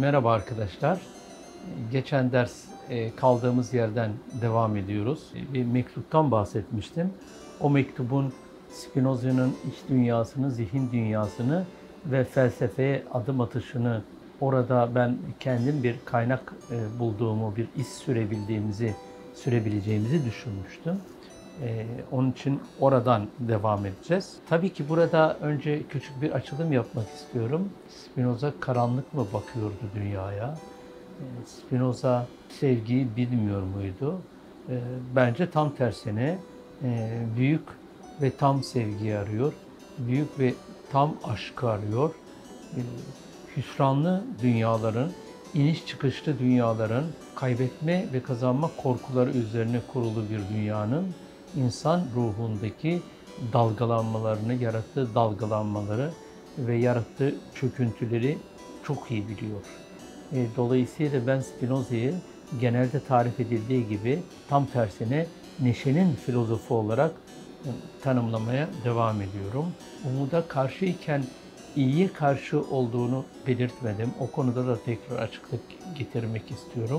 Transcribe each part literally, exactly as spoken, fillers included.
Merhaba arkadaşlar. Geçen ders e, kaldığımız yerden devam ediyoruz. Bir mektuptan bahsetmiştim. O mektubun Spinoza'nın iç dünyasını, zihin dünyasını ve felsefeye adım atışını orada ben kendim bir kaynak e, bulduğumu, bir iz sürebildiğimizi, sürebileceğimizi düşünmüştüm. Ee, onun için oradan devam edeceğiz. Tabii ki burada önce küçük bir açılım yapmak istiyorum. Spinoza karanlık mı bakıyordu dünyaya? Ee, Spinoza sevgiyi bilmiyor muydu? Ee, bence tam tersine e, büyük ve tam sevgiyi arıyor. Büyük ve tam aşkı arıyor. Ee, hüsranlı dünyaların, iniş çıkışlı dünyaların, kaybetme ve kazanma korkuları üzerine kurulu bir dünyanın insan ruhundaki dalgalanmalarını, yarattığı dalgalanmaları ve yarattığı çöküntüleri çok iyi biliyor. Dolayısıyla ben Spinoza'yı genelde tarif edildiği gibi tam tersine neşenin filozofu olarak tanımlamaya devam ediyorum. Umuda karşıyken iyiye karşı olduğunu belirtmedim. O konuda da tekrar açıklık getirmek istiyorum.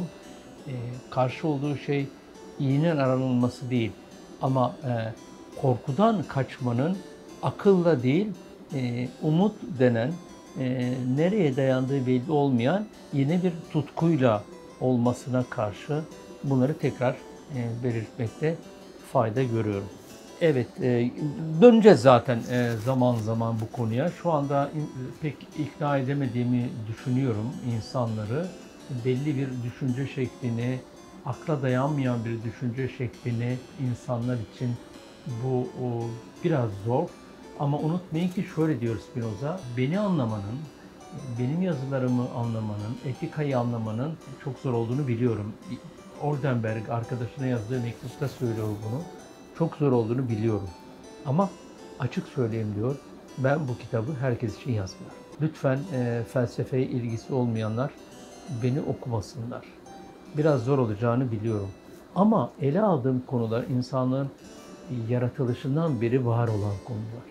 Karşı olduğu şey iyinin aranılması değil. Ama e, korkudan kaçmanın akılla değil, e, umut denen, e, nereye dayandığı belli olmayan yeni bir tutkuyla olmasına karşı bunları tekrar e, belirtmekte fayda görüyorum. Evet, e, döneceğiz zaten e, zaman zaman bu konuya. Şu anda in, pek ikna edemediğimi düşünüyorum insanları. Belli bir düşünce şeklini, akla dayanmayan bir düşünce şeklini insanlar için bu o, biraz zor. Ama unutmayın ki şöyle diyor Spinoza, beni anlamanın, benim yazılarımı anlamanın, etikayı anlamanın çok zor olduğunu biliyorum. Oldenberg arkadaşına yazdığı mektupta söylüyor bunu. Çok zor olduğunu biliyorum. Ama açık söyleyeyim diyor, ben bu kitabı herkes için yazmıyorum. Lütfen e, felsefeye ilgisi olmayanlar beni okumasınlar. Biraz zor olacağını biliyorum. Ama ele aldığım konular insanlığın yaratılışından beri var olan konular.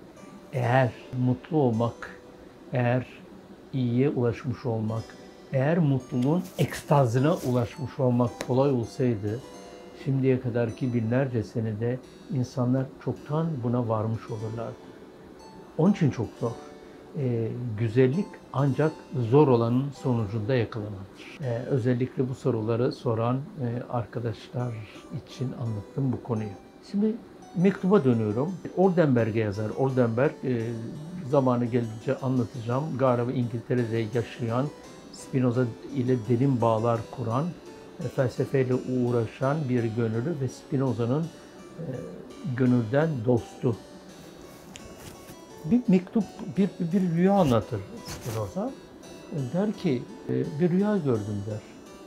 Eğer mutlu olmak, eğer iyiye ulaşmış olmak, eğer mutluluğun ekstazına ulaşmış olmak kolay olsaydı, şimdiye kadarki binlerce senede insanlar çoktan buna varmış olurlardı. Onun için çok zor. Ee, güzellik ancak zor olanın sonucunda yakalanır. Ee, özellikle bu soruları soran e, arkadaşlar için anlattım bu konuyu. Şimdi mektuba dönüyorum. Oldenberg'e yazar. Oldenberg e, zamanı gelince anlatacağım. Galiba İngiltere'de yaşayan, Spinoza ile derin bağlar kuran, e, felsefeyle uğraşan bir gönüllü ve Spinoza'nın e, gönülden dostu. Bir mektup, bir, bir rüya anlatır Spinoza. Der ki, bir rüya gördüm der.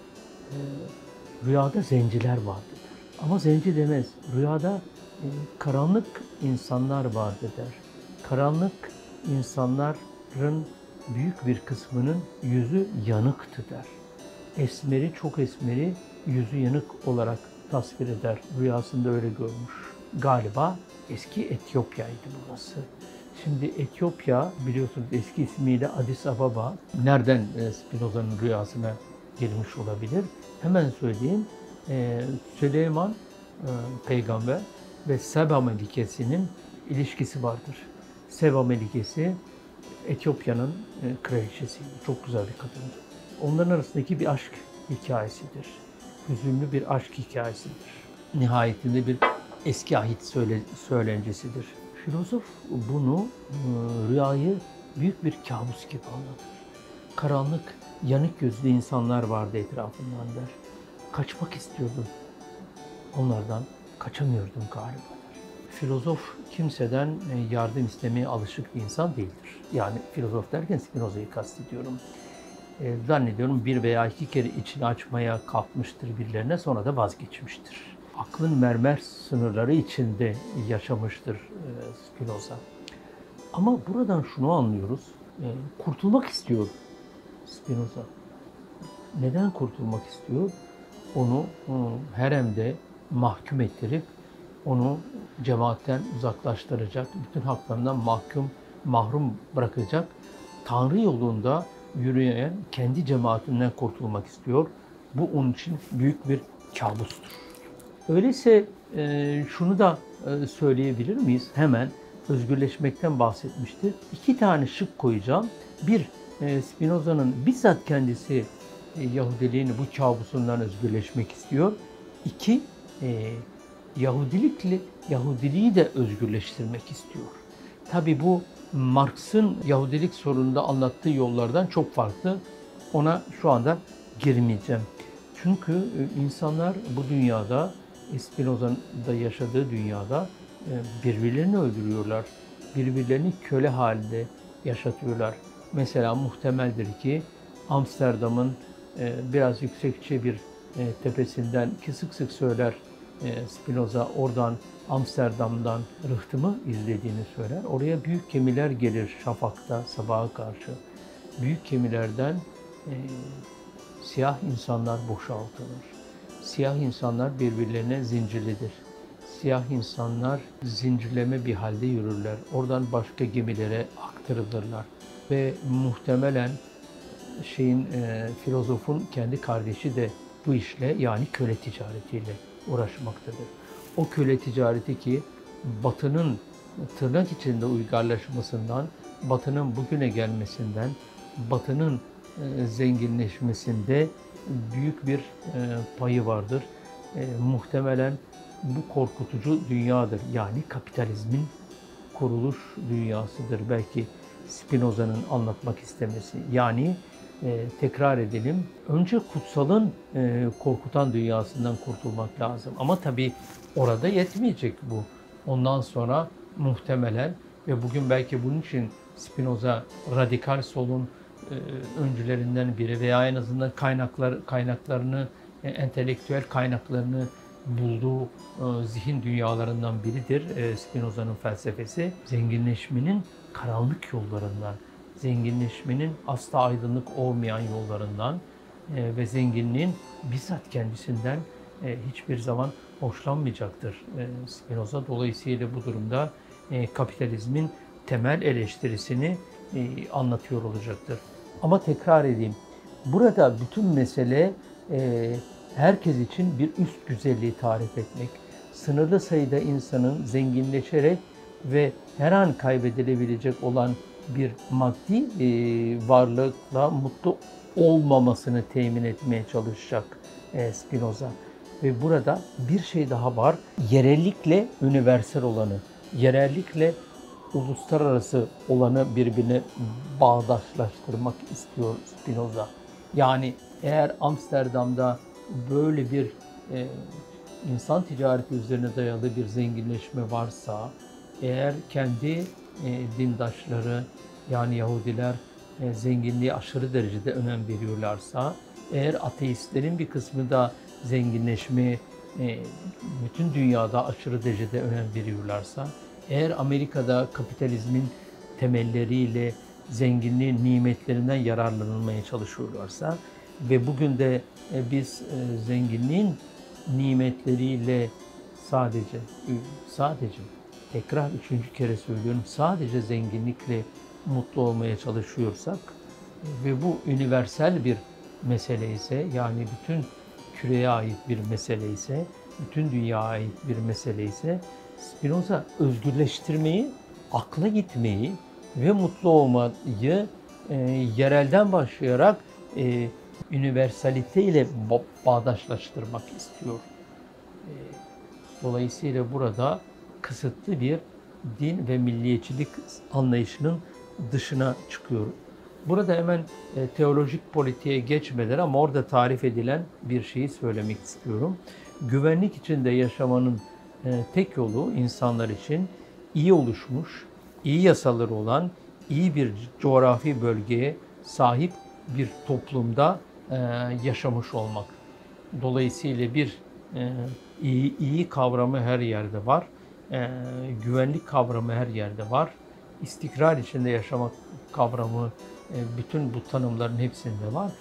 Rüyada zenciler vardı der. Ama zenci demez. Rüyada karanlık insanlar vardı der. Karanlık insanların büyük bir kısmının yüzü yanıktı der. Esmeri, çok esmeri, yüzü yanık olarak tasvir eder. Rüyasında öyle görmüş. Galiba eski Etiyopya'ydı burası. Şimdi Etiyopya biliyorsunuz eski ismiyle Addis Ababa. Nereden Spinoza'nın rüyasına gelmiş olabilir? Hemen söyleyeyim. Süleyman peygamber ve Seba Melikesi'nin ilişkisi vardır. Seba Melikesi Etiyopya'nın kraliçesiydi. Çok güzel bir kadındı. Onların arasındaki bir aşk hikayesidir. Hüzünlü bir aşk hikayesidir. Nihayetinde bir eski ahit söyle, söylencesidir. Filozof bunu, rüyayı büyük bir kabus gibi anlatır. Karanlık, yanık gözlü insanlar vardı etrafından der. Kaçmak istiyordum. Onlardan kaçamıyordum galiba der. Filozof kimseden yardım istemeye alışık bir insan değildir. Yani filozof derken Spinoza'yı kastediyorum. E, zannediyorum bir veya iki kere içini açmaya kalkmıştır birilerine, sonra da vazgeçmiştir. Aklın mermer sınırları içinde yaşamıştır Spinoza. Ama buradan şunu anlıyoruz, kurtulmak istiyor Spinoza. Neden kurtulmak istiyor? Onu haremde mahkum ettirip, onu cemaatten uzaklaştıracak, bütün haklarından mahkum, mahrum bırakacak, Tanrı yolunda yürüyen kendi cemaatinden kurtulmak istiyor. Bu onun için büyük bir kabustur. Öyleyse e, şunu da e, söyleyebilir miyiz? Hemen özgürleşmekten bahsetmişti. İki tane şık koyacağım. Bir, e, Spinoza'nın bizzat kendisi e, Yahudiliğin bu kabusundan özgürleşmek istiyor. İki, e, Yahudilikle Yahudiliği de özgürleştirmek istiyor. Tabii bu Marx'ın Yahudilik sorununda anlattığı yollardan çok farklı. Ona şu anda girmeyeceğim. Çünkü insanlar bu dünyada, Spinoza'nın da yaşadığı dünyada birbirlerini öldürüyorlar. Birbirlerini köle halinde yaşatıyorlar. Mesela muhtemeldir ki Amsterdam'ın biraz yüksekçe bir tepesinden ki sık sık söyler Spinoza, oradan Amsterdam'dan rıhtımı izlediğini söyler. Oraya büyük gemiler gelir şafakta, sabaha karşı. Büyük gemilerden e, siyah insanlar boşaltılır. Siyah insanlar birbirlerine zincirlidir. Siyah insanlar zincirleme bir halde yürürler. Oradan başka gemilere aktarılırlar. Ve muhtemelen şeyin e, filozofun kendi kardeşi de bu işle, yani köle ticaretiyle uğraşmaktadır. O köle ticareti ki Batı'nın tırnak içinde uygarlaşmasından, Batı'nın bugüne gelmesinden, Batı'nın e, zenginleşmesinde büyük bir e, payı vardır. E, muhtemelen bu korkutucu dünyadır. Yani kapitalizmin kuruluş dünyasıdır. Belki Spinoza'nın anlatmak istemesi. Yani e, tekrar edelim. Önce kutsalın e, korkutan dünyasından kurtulmak lazım. Ama tabii orada yetmeyecek bu. Ondan sonra muhtemelen ve bugün belki bunun için Spinoza radikal solun e, öncülerinden biri veya en azından kaynaklar kaynaklarını, e, entelektüel kaynaklarını bulduğu e, zihin dünyalarından biridir e, Spinoza'nın felsefesi. Zenginleşmenin karanlık yollarından, zenginleşmenin asla aydınlık olmayan yollarından e, ve zenginliğin bizzat kendisinden e, hiçbir zaman hoşlanmayacaktır e, Spinoza. Dolayısıyla bu durumda e, kapitalizmin temel eleştirisini e, anlatıyor olacaktır. Ama tekrar edeyim, burada bütün mesele e, herkes için bir üst güzelliği tarif etmek. Sınırlı sayıda insanın zenginleşerek ve her an kaybedilebilecek olan bir maddi e, varlıkla mutlu olmamasını temin etmeye çalışacak e, Spinoza. Ve burada bir şey daha var. Yerellikle universal olanı, yerellikle uluslararası olanı birbirine bağdaşlaştırmak istiyor Spinoza. Yani eğer Amsterdam'da böyle bir e, insan ticareti üzerine dayalı bir zenginleşme varsa, eğer kendi e, dindaşları yani Yahudiler e, zenginliğe aşırı derecede önem veriyorlarsa, eğer ateistlerin bir kısmı da zenginleşmeye e, bütün dünyada aşırı derecede önem veriyorlarsa, eğer Amerika'da kapitalizmin temelleriyle zenginliğin nimetlerinden yararlanılmaya çalışıyorlarsa ve bugün de e, biz e, zenginliğin nimetleriyle sadece, sadece, tekrar üçüncü kere söylüyorum, sadece zenginlikle mutlu olmaya çalışıyorsak ve bu universal bir mesele ise, yani bütün küreye ait bir mesele ise, bütün dünyaya ait bir mesele ise, Spinoza özgürleştirmeyi, akla gitmeyi ve mutlu olmayı e, yerelden başlayarak e, universalite ile bağdaşlaştırmak istiyor. E, dolayısıyla burada kısıtlı bir din ve milliyetçilik anlayışının dışına çıkıyor. Burada hemen e, teolojik politiğe geçmeden ama orada tarif edilen bir şeyi söylemek istiyorum. Güvenlik içinde yaşamanın e, tek yolu insanlar için iyi oluşmuş, iyi yasaları olan, iyi bir coğrafi bölgeye sahip bir toplumda e, yaşamış olmak. Dolayısıyla bir e, iyi, iyi kavramı her yerde var, e, güvenlik kavramı her yerde var, istikrar içinde yaşamak kavramı e, bütün bu tanımların hepsinde var.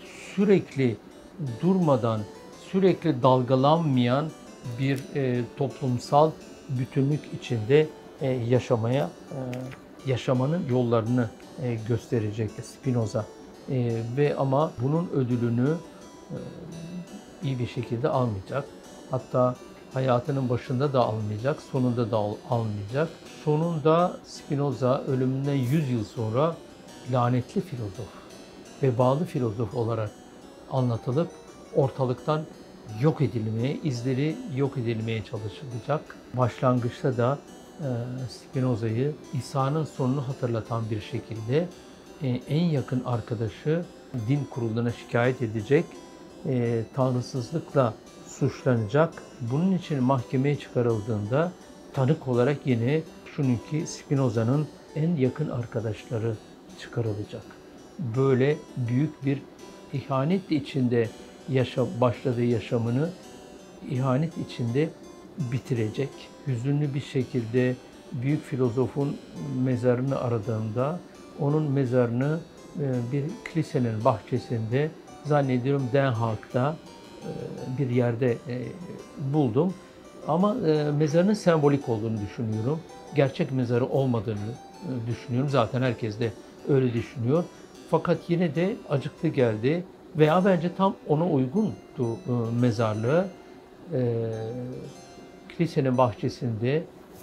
Sürekli durmadan, sürekli dalgalanmayan bir e, toplumsal bütünlük içinde e, yaşamaya, e, yaşamanın yollarını e, gösterecek Spinoza. E, ve ama bunun ödülünü e, iyi bir şekilde almayacak. Hatta hayatının başında da almayacak, sonunda da al- almayacak. Sonunda Spinoza ölümünden yüz yıl sonra lanetli filozof, vebalı filozof olarak anlatılıp ortalıktan yok edilmeye, izleri yok edilmeye çalışılacak. Başlangıçta da e, Spinoza'yı İsa'nın sonunu hatırlatan bir şekilde e, en yakın arkadaşı din kuruluna şikayet edecek, e, tanrısızlıkla suçlanacak. Bunun için mahkemeye çıkarıldığında tanık olarak yine şunun ki Spinoza'nın en yakın arkadaşları çıkarılacak. Böyle büyük bir ihanet içinde yaşa, başladığı yaşamını ihanet içinde bitirecek. Hüzünlü bir şekilde büyük filozofun mezarını aradığımda onun mezarını bir kilisenin bahçesinde, zannediyorum Den Haag'da bir yerde buldum. Ama mezarının sembolik olduğunu düşünüyorum. Gerçek mezarı olmadığını düşünüyorum. Zaten herkes de öyle düşünüyor. Fakat yine de acıklı geldi. Veya bence tam ona uygundu mezarlığı. Kilisenin bahçesinde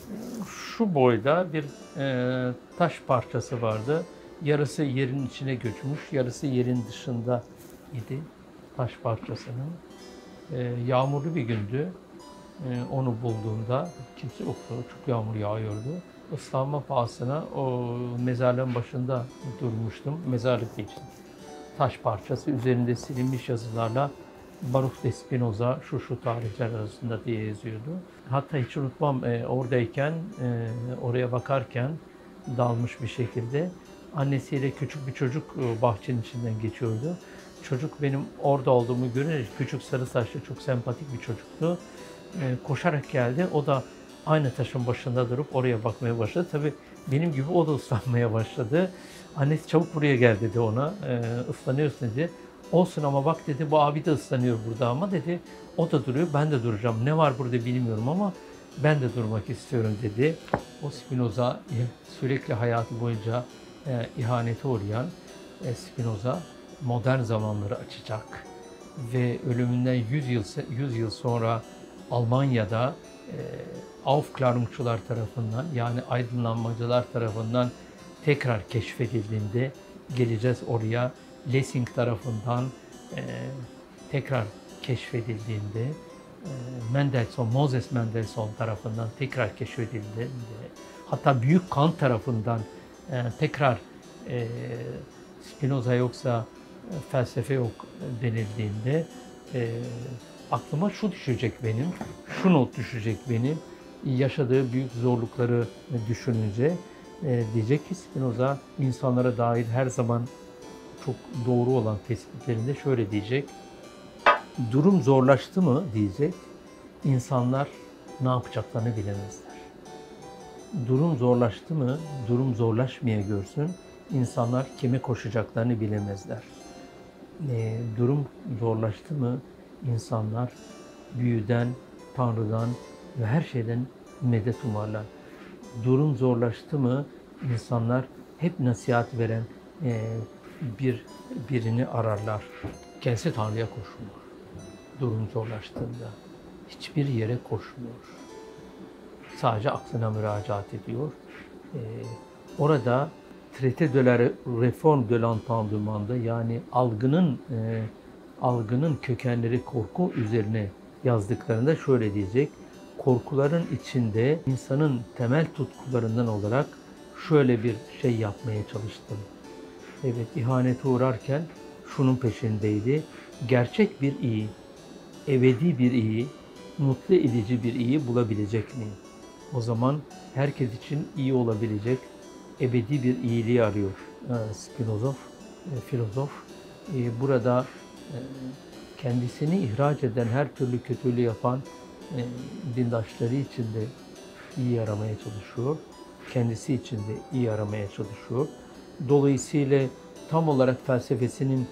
şu boyda bir taş parçası vardı. Yarısı yerin içine göçmüş, yarısı yerin dışında idi taş parçasının. Yağmurlu bir gündü. Onu bulduğumda kimse yoktu, çok yağmur yağıyordu. Islanma pahasına o mezarlığın başında durmuştum. Mezarlık için. Taş parçası üzerinde silinmiş yazılarla Baruch de Spinoza şu şu tarihler arasında diye yazıyordu. Hatta hiç unutmam e, oradayken, e, oraya bakarken dalmış bir şekilde annesiyle küçük bir çocuk e, bahçenin içinden geçiyordu. Çocuk benim orada olduğumu görünce küçük sarı saçlı çok sempatik bir çocuktu. E, koşarak geldi. O da aynı taşın başında durup oraya bakmaya başladı. Tabii benim gibi o da ıslanmaya başladı. Annesi çabuk buraya gel dedi ona. E, ıslanıyorsun dedi. Olsun ama bak dedi bu abi de ıslanıyor burada ama dedi. O da duruyor ben de duracağım. Ne var burada bilmiyorum ama ben de durmak istiyorum dedi. O Spinoza sürekli hayatı boyunca e, ihanete uğrayan e, Spinoza modern zamanları açacak. Ve ölümünden yüz yıl yüz yıl sonra Almanya'da e, Aufklärungsçular tarafından yani aydınlanmacılar tarafından tekrar keşfedildiğinde geleceğiz oraya. Lessing tarafından e, tekrar keşfedildiğinde, e, Mendelssohn, Moses Mendelssohn tarafından tekrar keşfedildiğinde, hatta Büyük Kant tarafından e, tekrar e, Spinoza yoksa e, felsefe yok denildiğinde e, aklıma şu düşecek benim, şu not düşecek benim, yaşadığı büyük zorlukları düşününce e, diyecek ki Spinoza insanlara dair her zaman çok doğru olan tespitlerinde şöyle diyecek. Durum zorlaştı mı diyecek. İnsanlar ne yapacaklarını bilemezler. Durum zorlaştı mı, durum zorlaşmaya görsün. İnsanlar kime koşacaklarını bilemezler. E, durum zorlaştı mı insanlar büyüden, Tanrı'dan ve her şeyden medet umarlar. Durum zorlaştı mı insanlar hep nasihat veren e, bir birini ararlar. Kendisi Tanrı'ya koşmuyor. Durum zorlaştığında hiçbir yere koşmuyor. Sadece aklına müracaat ediyor. Ee, orada Traité de la Réforme de l'Entendeument'da yani algının e, algının kökenleri korku üzerine yazdıklarında şöyle diyecek. Korkuların içinde insanın temel tutkularından olarak şöyle bir şey yapmaya çalıştım. Evet, ihanete uğrarken şunun peşindeydi. Gerçek bir iyi, ebedi bir iyi, mutlu edici bir iyi bulabilecek miyim? O zaman herkes için iyi olabilecek ebedi bir iyiliği arıyor Spinoza, filozof. Burada kendisini ihraç eden, her türlü kötülüğü yapan dindaşları için de iyi aramaya çalışıyor. Kendisi için de iyi aramaya çalışıyor. Dolayısıyla tam olarak felsefesinin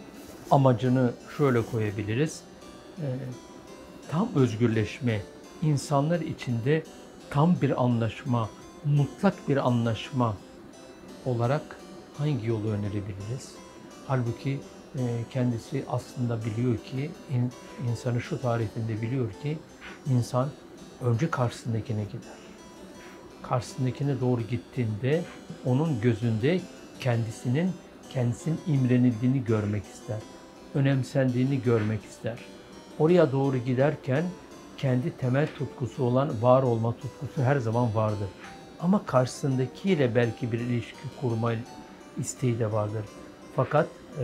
amacını şöyle koyabiliriz. E, tam özgürleşme, insanlar içinde tam bir anlaşma, mutlak bir anlaşma olarak hangi yolu önerebiliriz? Halbuki e, kendisi aslında biliyor ki, in, insanı şu tarifinde biliyor ki, insan önce karşısındakine gider. Karşısındakine doğru gittiğinde onun gözünde kendisinin kendisinin imrenildiğini görmek ister. Önemsendiğini görmek ister. Oraya doğru giderken kendi temel tutkusu olan var olma tutkusu her zaman vardır. Ama karşısındakiyle belki bir ilişki kurma isteği de vardır. Fakat e,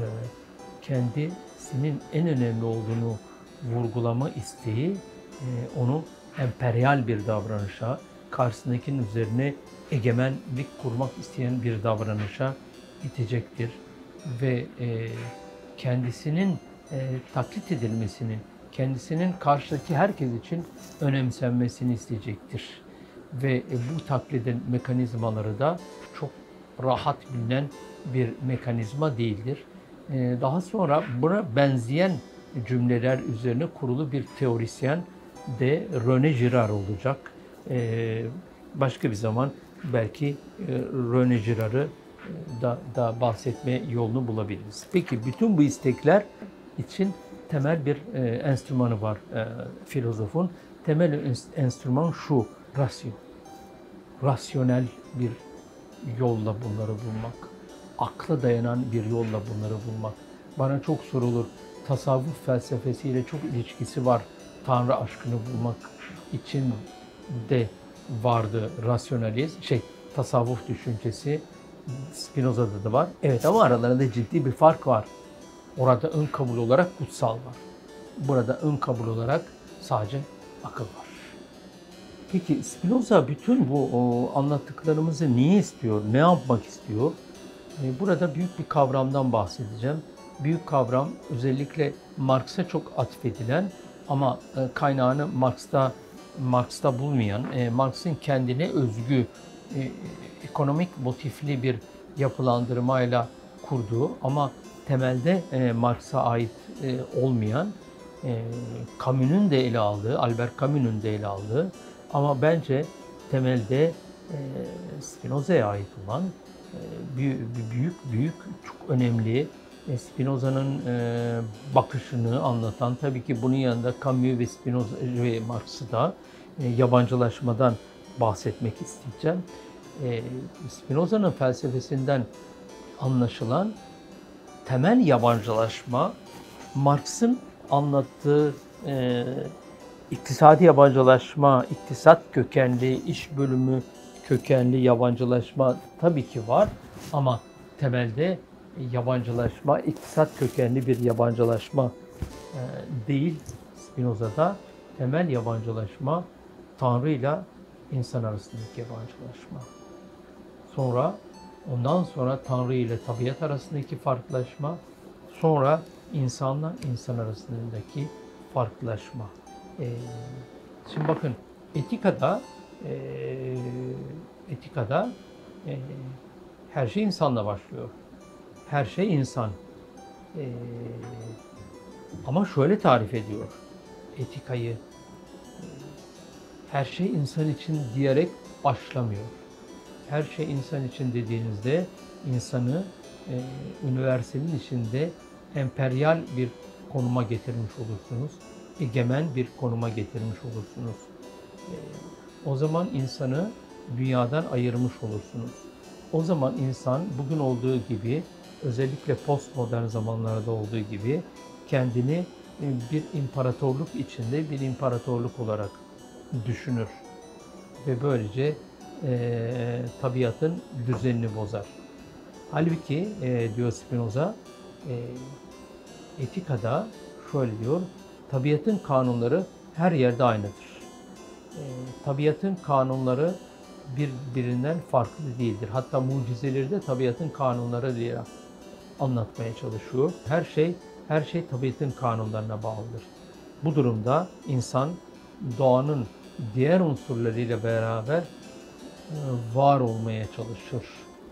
kendisinin en önemli olduğunu vurgulama isteği e, onu emperyal bir davranışa, karşısındakinin üzerine egemenlik kurmak isteyen bir davranışa itecektir. Ve e, kendisinin e, taklit edilmesini, kendisinin karşıdaki herkes için önemsenmesini isteyecektir. Ve e, bu taklidin mekanizmaları da çok rahat bilinen bir mekanizma değildir. E, daha sonra buna benzeyen cümleler üzerine kurulu bir teorisyen de René Girard olacak. E, başka bir zaman belki e, René Girard'ı da, da bahsetme yolunu bulabiliriz. Peki bütün bu istekler için temel bir e, enstrümanı var e, filozofun. Temel enstrüman şu, rasyon. Rasyonel bir yolla bunları bulmak. Akla dayanan bir yolla bunları bulmak. Bana çok sorulur. Tasavvuf felsefesiyle çok ilişkisi var. Tanrı aşkını bulmak için de vardı rasyonalizm, şey tasavvuf düşüncesi. Spinoza'da da var. Evet, ama aralarında ciddi bir fark var. Orada ön kabul olarak kutsal var. Burada ön kabul olarak sadece akıl var. Peki Spinoza bütün bu o, anlattıklarımızı niye istiyor? Ne yapmak istiyor? Burada büyük bir kavramdan bahsedeceğim. Büyük kavram özellikle Marx'a çok atfedilen ama kaynağını Marx'ta Marx'ta bulmayan, Marx'ın kendine özgü ekonomik motifli bir yapılandırmayla kurduğu ama temelde Marx'a ait olmayan, Camus'un da ele aldığı, Albert Camus'un da ele aldığı ama bence temelde Spinoza'ya ait olan büyük büyük, büyük çok önemli Spinoza'nın bakışını anlatan, tabii ki bunun yanında Camus ve Spinoza ve Marx'ı da yabancılaşmadan bahsetmek isteyeceğim. Spinoza'nın felsefesinden anlaşılan temel yabancılaşma, Marx'ın anlattığı e, iktisadi yabancılaşma, iktisat kökenli, iş bölümü kökenli yabancılaşma tabii ki var ama temelde yabancılaşma, iktisat kökenli bir yabancılaşma e, değil. Spinoza'da temel yabancılaşma Tanrı ile insan arasındaki yabancılaşma. Sonra ondan sonra Tanrı ile tabiat arasındaki farklılaşma, sonra insanla insan arasındaki farklılaşma. Ee, şimdi bakın etikada e, etikada e, her şey insanla başlıyor. Her şey insan. Ee, ama şöyle tarif ediyor etikayı. Her şey insan için diyerek başlamıyor. Her şey insan için dediğinizde insanı e, üniversitenin içinde emperyal bir konuma getirmiş olursunuz. Egemen bir konuma getirmiş olursunuz. E, o zaman insanı dünyadan ayırmış olursunuz. O zaman insan bugün olduğu gibi, özellikle postmodern zamanlarda olduğu gibi kendini bir imparatorluk içinde bir imparatorluk olarak düşünür ve böylece e, tabiatın düzenini bozar. Halbuki e, diyor Spinoza, e, etikada şöyle diyor, tabiatın kanunları her yerde aynıdır. E, tabiatın kanunları birbirinden farklı değildir. Hatta mucizeleri de tabiatın kanunları diye anlatmaya çalışıyor. Her şey her şey tabiatın kanunlarına bağlıdır. Bu durumda insan doğanın diğer unsurlarıyla beraber var olmaya çalışır.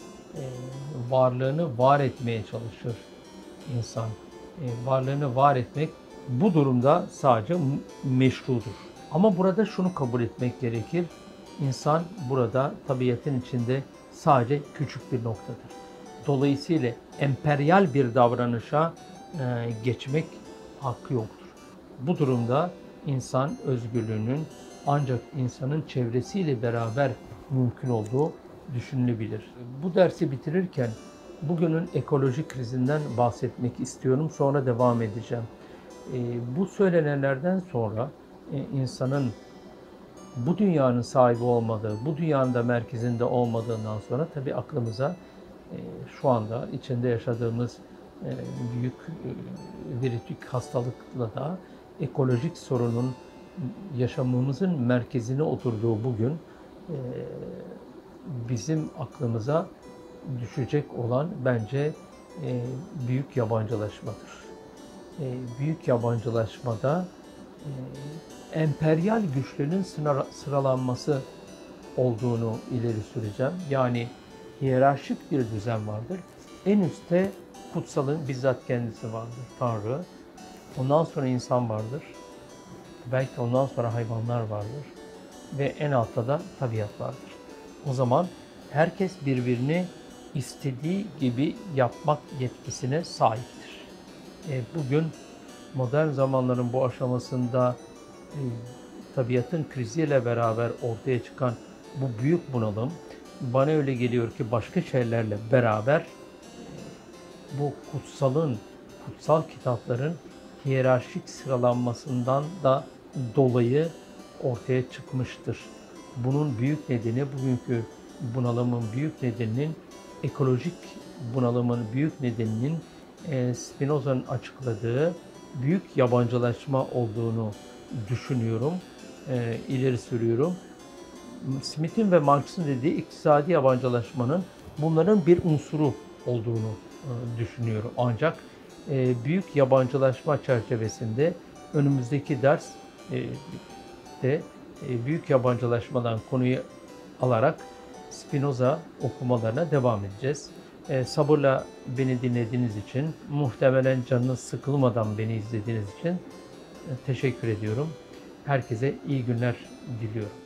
Varlığını var etmeye çalışır insan. Varlığını var etmek bu durumda sadece meşrudur. Ama burada şunu kabul etmek gerekir. İnsan burada tabiatın içinde sadece küçük bir noktadır. Dolayısıyla emperyal bir davranışa e, geçmek hakkı yoktur. Bu durumda insan özgürlüğünün ancak insanın çevresiyle beraber mümkün olduğu düşünülebilir. Bu dersi bitirirken bugünün ekolojik krizinden bahsetmek istiyorum. Sonra devam edeceğim. E, bu söylenenlerden sonra e, insanın bu dünyanın sahibi olmadığı, bu dünyanın da merkezinde olmadığından sonra tabii aklımıza e, şu anda içinde yaşadığımız e, büyük e, virütik hastalıkla da ekolojik sorunun yaşamımızın merkezine oturduğu bugün e, bizim aklımıza düşecek olan bence e, büyük yabancılaşmadır. E, büyük yabancılaşmada e, emperyal güçlerin sıra, sıralanması olduğunu ileri süreceğim. Yani hiyerarşik bir düzen vardır. En üstte kutsalın bizzat kendisi vardır, Tanrı. Ondan sonra insan vardır. Belki ondan sonra hayvanlar vardır. Ve en altta da tabiat vardır. O zaman herkes birbirini istediği gibi yapmak yetkisine sahiptir. E, bugün modern zamanların bu aşamasında e, tabiatın kriziyle beraber ortaya çıkan bu büyük bunalım bana öyle geliyor ki başka şeylerle beraber e, bu kutsalın, kutsal kitapların hiyerarşik sıralanmasından da dolayı ortaya çıkmıştır. Bunun büyük nedeni, bugünkü bunalımın büyük nedeninin, ekolojik bunalımın büyük nedeninin e, Spinoza'nın açıkladığı büyük yabancılaşma olduğunu düşünüyorum, e, ileri sürüyorum. Smith'in ve Marx'ın dediği iktisadi yabancılaşmanın bunların bir unsuru olduğunu e, düşünüyorum. Ancak e, büyük yabancılaşma çerçevesinde önümüzdeki ders e, de e, büyük yabancılaşmadan konuyu alarak Spinoza okumalarına devam edeceğiz. E, sabırla beni dinlediğiniz için, muhtemelen canınız sıkılmadan beni izlediğiniz için e, teşekkür ediyorum. Herkese iyi günler diliyorum.